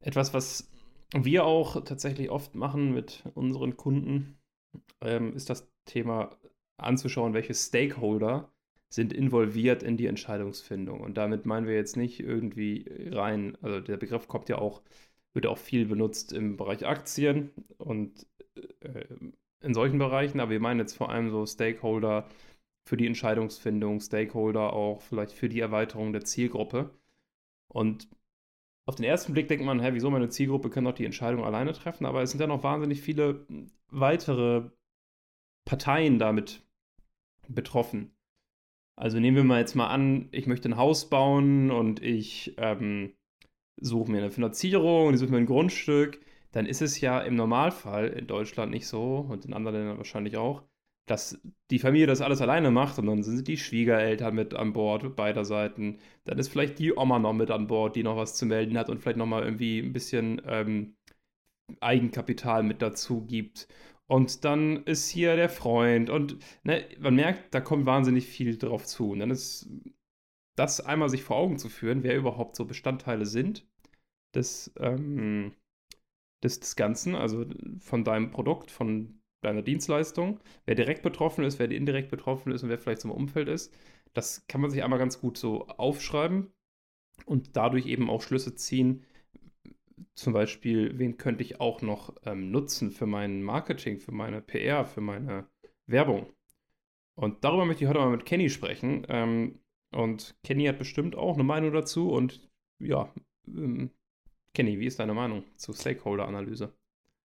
Etwas, was wir auch tatsächlich oft machen mit unseren Kunden, ist das Thema anzuschauen, welche Stakeholder sind involviert in die Entscheidungsfindung. Und damit meinen wir jetzt nicht irgendwie rein, also der Begriff kommt ja auch, wird auch viel benutzt im Bereich Aktien und äh, in solchen Bereichen, aber wir meinen jetzt vor allem so Stakeholder für die Entscheidungsfindung, Stakeholder auch vielleicht für die Erweiterung der Zielgruppe. Und auf den ersten Blick denkt man, hä, wieso meine Zielgruppe kann doch die Entscheidung alleine treffen, aber es sind ja noch wahnsinnig viele weitere Parteien damit betroffen. Also nehmen wir mal jetzt mal an, ich möchte ein Haus bauen und ich suche mir eine Finanzierung, ich suche mir ein Grundstück, dann ist es ja im Normalfall in Deutschland nicht so und in anderen Ländern wahrscheinlich auch, dass die Familie das alles alleine macht, sondern sind die Schwiegereltern mit an Bord, beider Seiten. Dann ist vielleicht die Oma noch mit an Bord, die noch was zu melden hat und vielleicht nochmal irgendwie ein bisschen Eigenkapital mit dazu gibt. Und dann ist hier der Freund und ne, man merkt, da kommt wahnsinnig viel drauf zu. Und dann ist das einmal sich vor Augen zu führen, wer überhaupt so Bestandteile sind des, des Ganzen, also von deinem Produkt, von deiner Dienstleistung, wer direkt betroffen ist, wer indirekt betroffen ist und wer vielleicht zum Umfeld ist. Das kann man sich einmal ganz gut so aufschreiben und dadurch eben auch Schlüsse ziehen. Zum Beispiel, wen könnte ich auch noch nutzen für mein Marketing, für meine PR, für meine Werbung. Und darüber möchte ich heute mal mit Kenny sprechen. Und Kenny hat bestimmt auch eine Meinung dazu. Und ja, Kenny, wie ist deine Meinung zu Stakeholder-Analyse?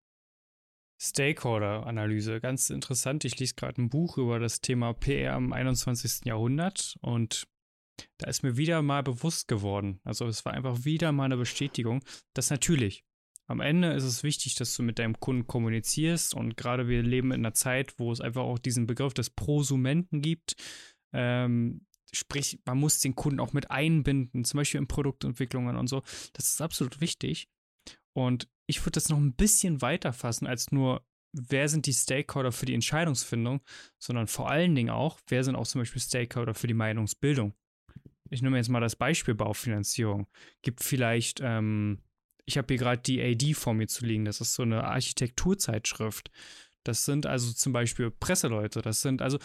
Stakeholder-Analyse, ganz interessant. Ich lese gerade ein Buch über das Thema PR im 21. Jahrhundert und da ist mir wieder mal bewusst geworden, also es war einfach wieder mal eine Bestätigung, dass natürlich am Ende ist es wichtig, dass du mit deinem Kunden kommunizierst und gerade wir leben in einer Zeit, wo es einfach auch diesen Begriff des Prosumenten gibt. Sprich, man muss den Kunden auch mit einbinden, zum Beispiel in Produktentwicklungen und so. Das ist absolut wichtig. Und ich würde das noch ein bisschen weiter fassen als nur, wer sind die Stakeholder für die Entscheidungsfindung, sondern vor allen Dingen auch, wer sind auch zum Beispiel Stakeholder für die Meinungsbildung. Ich nehme jetzt mal das Beispiel Baufinanzierung. Gibt vielleicht, ich habe hier gerade die AD vor mir zu liegen, das ist so eine Architekturzeitschrift. Das sind also zum Beispiel Presseleute, das sind also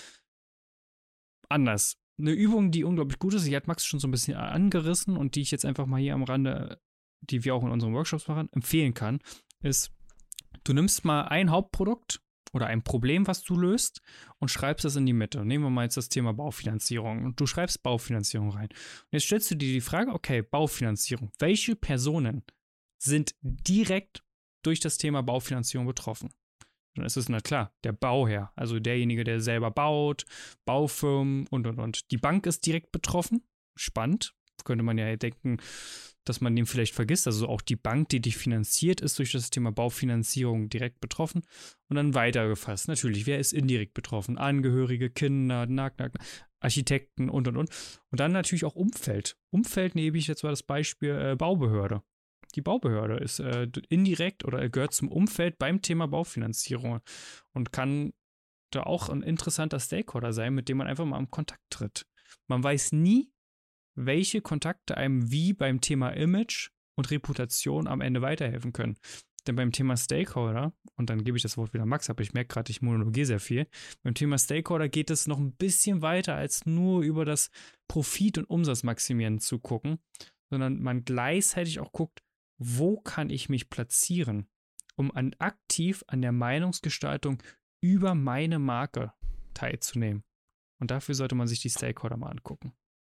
anders. Eine Übung, die unglaublich gut ist, die hat Max schon so ein bisschen angerissen und die ich jetzt einfach mal hier am Rande, die wir auch in unseren Workshops machen, empfehlen kann, ist, du nimmst mal ein Hauptprodukt oder ein Problem, was du löst und schreibst das in die Mitte. Nehmen wir mal jetzt das Thema Baufinanzierung und du schreibst Baufinanzierung rein. Und jetzt stellst du dir die Frage, okay, Baufinanzierung, welche Personen sind direkt durch das Thema Baufinanzierung betroffen? Dann ist es, na klar, der Bauherr, also derjenige, der selber baut, Baufirmen und. Die Bank ist direkt betroffen. Spannend. Könnte man ja denken, dass man den vielleicht vergisst. Also auch die Bank, die dich finanziert, ist durch das Thema Baufinanzierung direkt betroffen. Und dann weitergefasst. Natürlich, wer ist indirekt betroffen? Angehörige, Kinder, Architekten und. Und dann natürlich auch Umfeld. Umfeld nehme ich jetzt mal das Beispiel Baubehörde. Die Baubehörde ist indirekt oder gehört zum Umfeld beim Thema Baufinanzierung und kann da auch ein interessanter Stakeholder sein, mit dem man einfach mal in Kontakt tritt. Man weiß nie, welche Kontakte einem wie beim Thema Image und Reputation am Ende weiterhelfen können. Denn beim Thema Stakeholder, und dann gebe ich das Wort wieder Max, aber ich merke gerade, ich monologiere sehr viel, beim Thema Stakeholder geht es noch ein bisschen weiter, als nur über das Profit- und Umsatzmaximieren zu gucken, sondern man gleichzeitig auch guckt, wo kann ich mich platzieren, um aktiv an der Meinungsgestaltung über meine Marke teilzunehmen. Und dafür sollte man sich die Stakeholder mal angucken.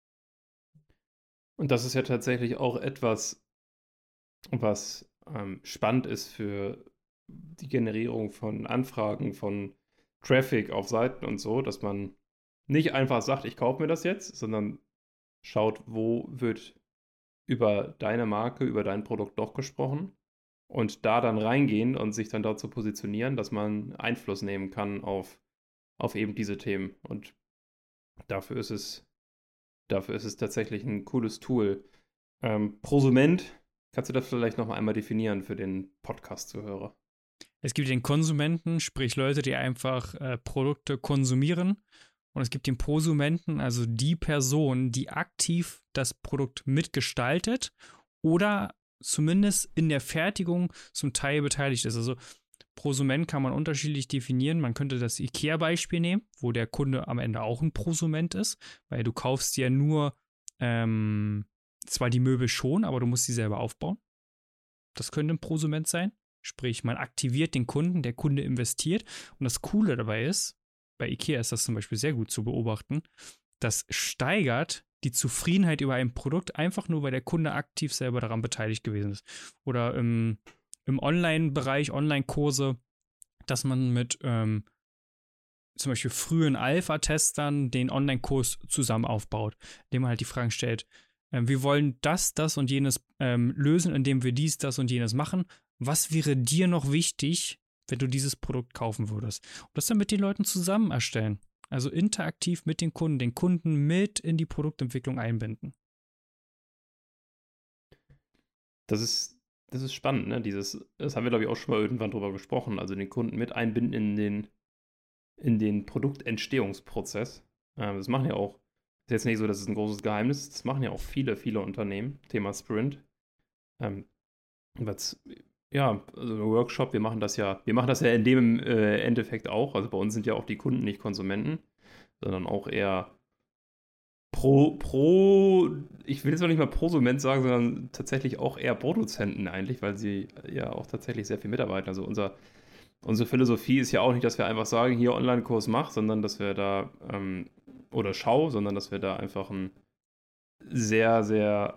Und das ist ja tatsächlich auch etwas, was spannend ist für die Generierung von Anfragen, von Traffic auf Seiten und so, dass man nicht einfach sagt, ich kaufe mir das jetzt, sondern schaut, wo wird über deine Marke, über dein Produkt doch gesprochen und da dann reingehen und sich dann dort zu positionieren, dass man Einfluss nehmen kann auf eben diese Themen. Und dafür ist es, dafür ist es tatsächlich ein cooles Tool. Prosument, kannst du das vielleicht noch mal einmal definieren für den Podcast-Zuhörer? Es gibt den Konsumenten, sprich Leute, die einfach Produkte konsumieren. Und es gibt den Prosumenten, also die Person, die aktiv das Produkt mitgestaltet oder zumindest in der Fertigung zum Teil beteiligt ist. Also Prosument kann man unterschiedlich definieren. Man könnte das IKEA-Beispiel nehmen, wo der Kunde am Ende auch ein Prosument ist, weil du kaufst ja nur zwar die Möbel schon, aber du musst sie selber aufbauen. Das könnte ein Prosument sein. Sprich, man aktiviert den Kunden, der Kunde investiert. Und das Coole dabei ist, bei IKEA ist das zum Beispiel sehr gut zu beobachten, das steigert die Zufriedenheit über ein Produkt einfach nur, weil der Kunde aktiv selber daran beteiligt gewesen ist. Oder im Online-Bereich, Online-Kurse, dass man mit zum Beispiel frühen Alpha-Testern den Online-Kurs zusammen aufbaut, indem man halt die Fragen stellt, wir wollen das und jenes lösen, indem wir dies, das und jenes machen. Was wäre dir noch wichtig, wenn du dieses Produkt kaufen würdest? Und das dann mit den Leuten zusammen erstellen. Also interaktiv mit den Kunden mit in die Produktentwicklung einbinden. Das ist spannend, ne? Das haben wir, glaube ich, auch schon mal irgendwann drüber gesprochen. Also den Kunden mit einbinden in den Produktentstehungsprozess. Das machen ja auch, ist jetzt nicht so, dass es ein großes Geheimnis ist, das machen ja auch viele, viele Unternehmen, Thema Sprint. Ja, also Workshop, wir machen das ja in dem Endeffekt auch. Also bei uns sind ja auch die Kunden nicht Konsumenten, sondern auch eher ich will jetzt noch nicht mal Prosument sagen, sondern tatsächlich auch eher Produzenten eigentlich, weil sie ja auch tatsächlich sehr viel mitarbeiten. Also unsere Philosophie ist ja auch nicht, dass wir einfach sagen, hier Online-Kurs mach, sondern dass wir da, oder schau, sondern dass wir da einfach ein sehr, sehr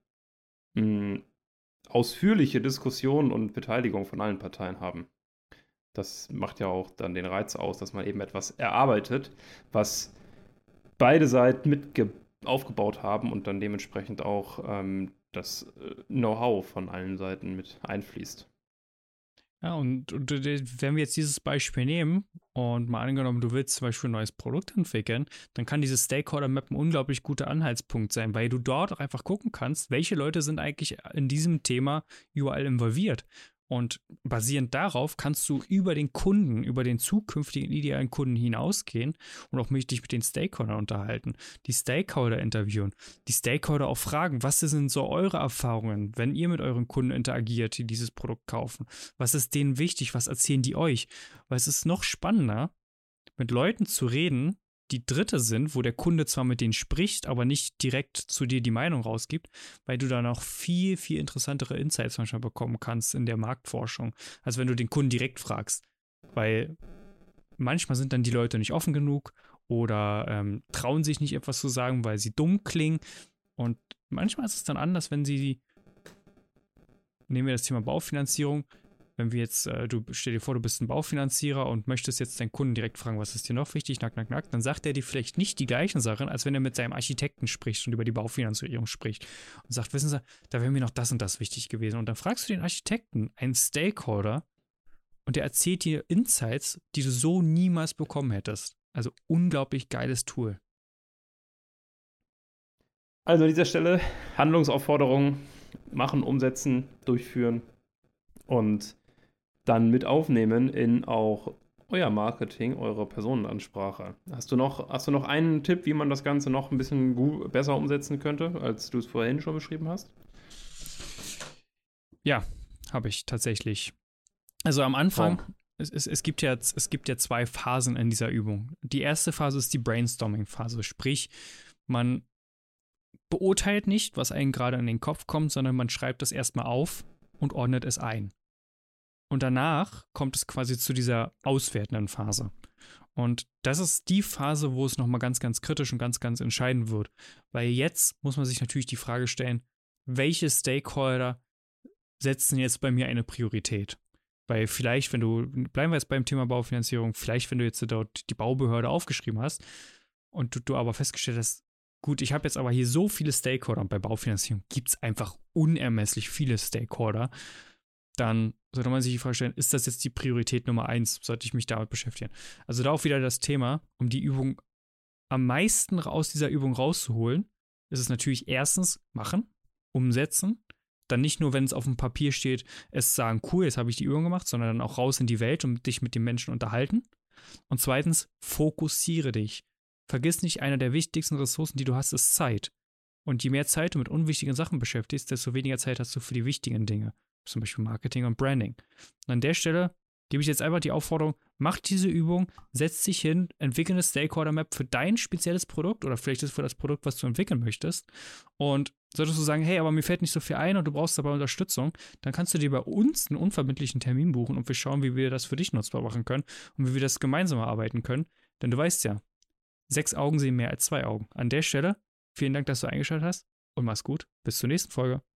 ausführliche Diskussion und Beteiligung von allen Parteien haben. Das macht ja auch dann den Reiz aus, dass man eben etwas erarbeitet, was beide Seiten aufgebaut haben und dann dementsprechend auch das Know-how von allen Seiten mit einfließt. Ja, und wenn wir jetzt dieses Beispiel nehmen und mal angenommen, du willst zum Beispiel ein neues Produkt entwickeln, dann kann dieses Stakeholder-Map ein unglaublich guter Anhaltspunkt sein, weil du dort auch einfach gucken kannst, welche Leute sind eigentlich in diesem Thema überall involviert. Und basierend darauf kannst du über den Kunden, über den zukünftigen idealen Kunden hinausgehen und auch dich mit den Stakeholdern unterhalten, die Stakeholder interviewen, die Stakeholder auch fragen, was sind so eure Erfahrungen, wenn ihr mit euren Kunden interagiert, die dieses Produkt kaufen? Was ist denen wichtig? Was erzählen die euch? Weil es ist noch spannender, mit Leuten zu reden, die Dritte sind, wo der Kunde zwar mit denen spricht, aber nicht direkt zu dir die Meinung rausgibt, weil du dann auch viel, viel interessantere Insights manchmal bekommen kannst in der Marktforschung, als wenn du den Kunden direkt fragst. Weil manchmal sind dann die Leute nicht offen genug oder trauen sich nicht etwas zu sagen, weil sie dumm klingen. Und manchmal ist es dann anders, wenn nehmen wir das Thema Baufinanzierung, wenn wir jetzt, stell dir vor, du bist ein Baufinanzierer und möchtest jetzt deinen Kunden direkt fragen, was ist dir noch wichtig, dann sagt er dir vielleicht nicht die gleichen Sachen, als wenn er mit seinem Architekten spricht und über die Baufinanzierung spricht und sagt, wissen Sie, da wäre mir noch das und das wichtig gewesen. Und dann fragst du den Architekten, einen Stakeholder, und der erzählt dir Insights, die du so niemals bekommen hättest. Also unglaublich geiles Tool. Also an dieser Stelle Handlungsaufforderungen machen, umsetzen, durchführen und dann mit aufnehmen in auch euer Marketing, eure Personenansprache. Hast du noch einen Tipp, wie man das Ganze noch ein bisschen besser umsetzen könnte, als du es vorhin schon beschrieben hast? Ja, habe ich tatsächlich. Also am Anfang, es gibt ja zwei Phasen in dieser Übung. Die erste Phase ist die Brainstorming-Phase, sprich, man beurteilt nicht, was einem gerade in den Kopf kommt, sondern man schreibt es erstmal auf und ordnet es ein. Und danach kommt es quasi zu dieser auswertenden Phase. Und das ist die Phase, wo es nochmal ganz, ganz kritisch und ganz, ganz entscheidend wird. Weil jetzt muss man sich natürlich die Frage stellen, welche Stakeholder setzen jetzt bei mir eine Priorität? Weil vielleicht, bleiben wir jetzt beim Thema Baufinanzierung, vielleicht, wenn du jetzt dort die Baubehörde aufgeschrieben hast und du aber festgestellt hast, gut, ich habe jetzt aber hier so viele Stakeholder und bei Baufinanzierung gibt es einfach unermesslich viele Stakeholder, dann sollte man sich die Frage stellen, ist das jetzt die Priorität Nummer 1? Sollte ich mich damit beschäftigen? Also da auch wieder das Thema, um die Übung am meisten aus dieser Übung rauszuholen, ist es natürlich erstens machen, umsetzen, dann nicht nur, wenn es auf dem Papier steht, es sagen, cool, jetzt habe ich die Übung gemacht, sondern dann auch raus in die Welt und dich mit den Menschen unterhalten. Und zweitens, fokussiere dich. Vergiss nicht, eine der wichtigsten Ressourcen, die du hast, ist Zeit. Und je mehr Zeit du mit unwichtigen Sachen beschäftigst, desto weniger Zeit hast du für die wichtigen Dinge. Zum Beispiel Marketing und Branding. Und an der Stelle gebe ich jetzt einfach die Aufforderung, mach diese Übung, setz dich hin, entwickle eine Stakeholder-Map für dein spezielles Produkt oder vielleicht ist es für das Produkt, was du entwickeln möchtest. Und solltest du sagen, hey, aber mir fällt nicht so viel ein und du brauchst dabei Unterstützung, dann kannst du dir bei uns einen unverbindlichen Termin buchen und wir schauen, wie wir das für dich nutzbar machen können und wie wir das gemeinsam erarbeiten können. Denn du weißt ja, 6 Augen sehen mehr als 2 Augen. An der Stelle, vielen Dank, dass du eingeschaltet hast und mach's gut. Bis zur nächsten Folge.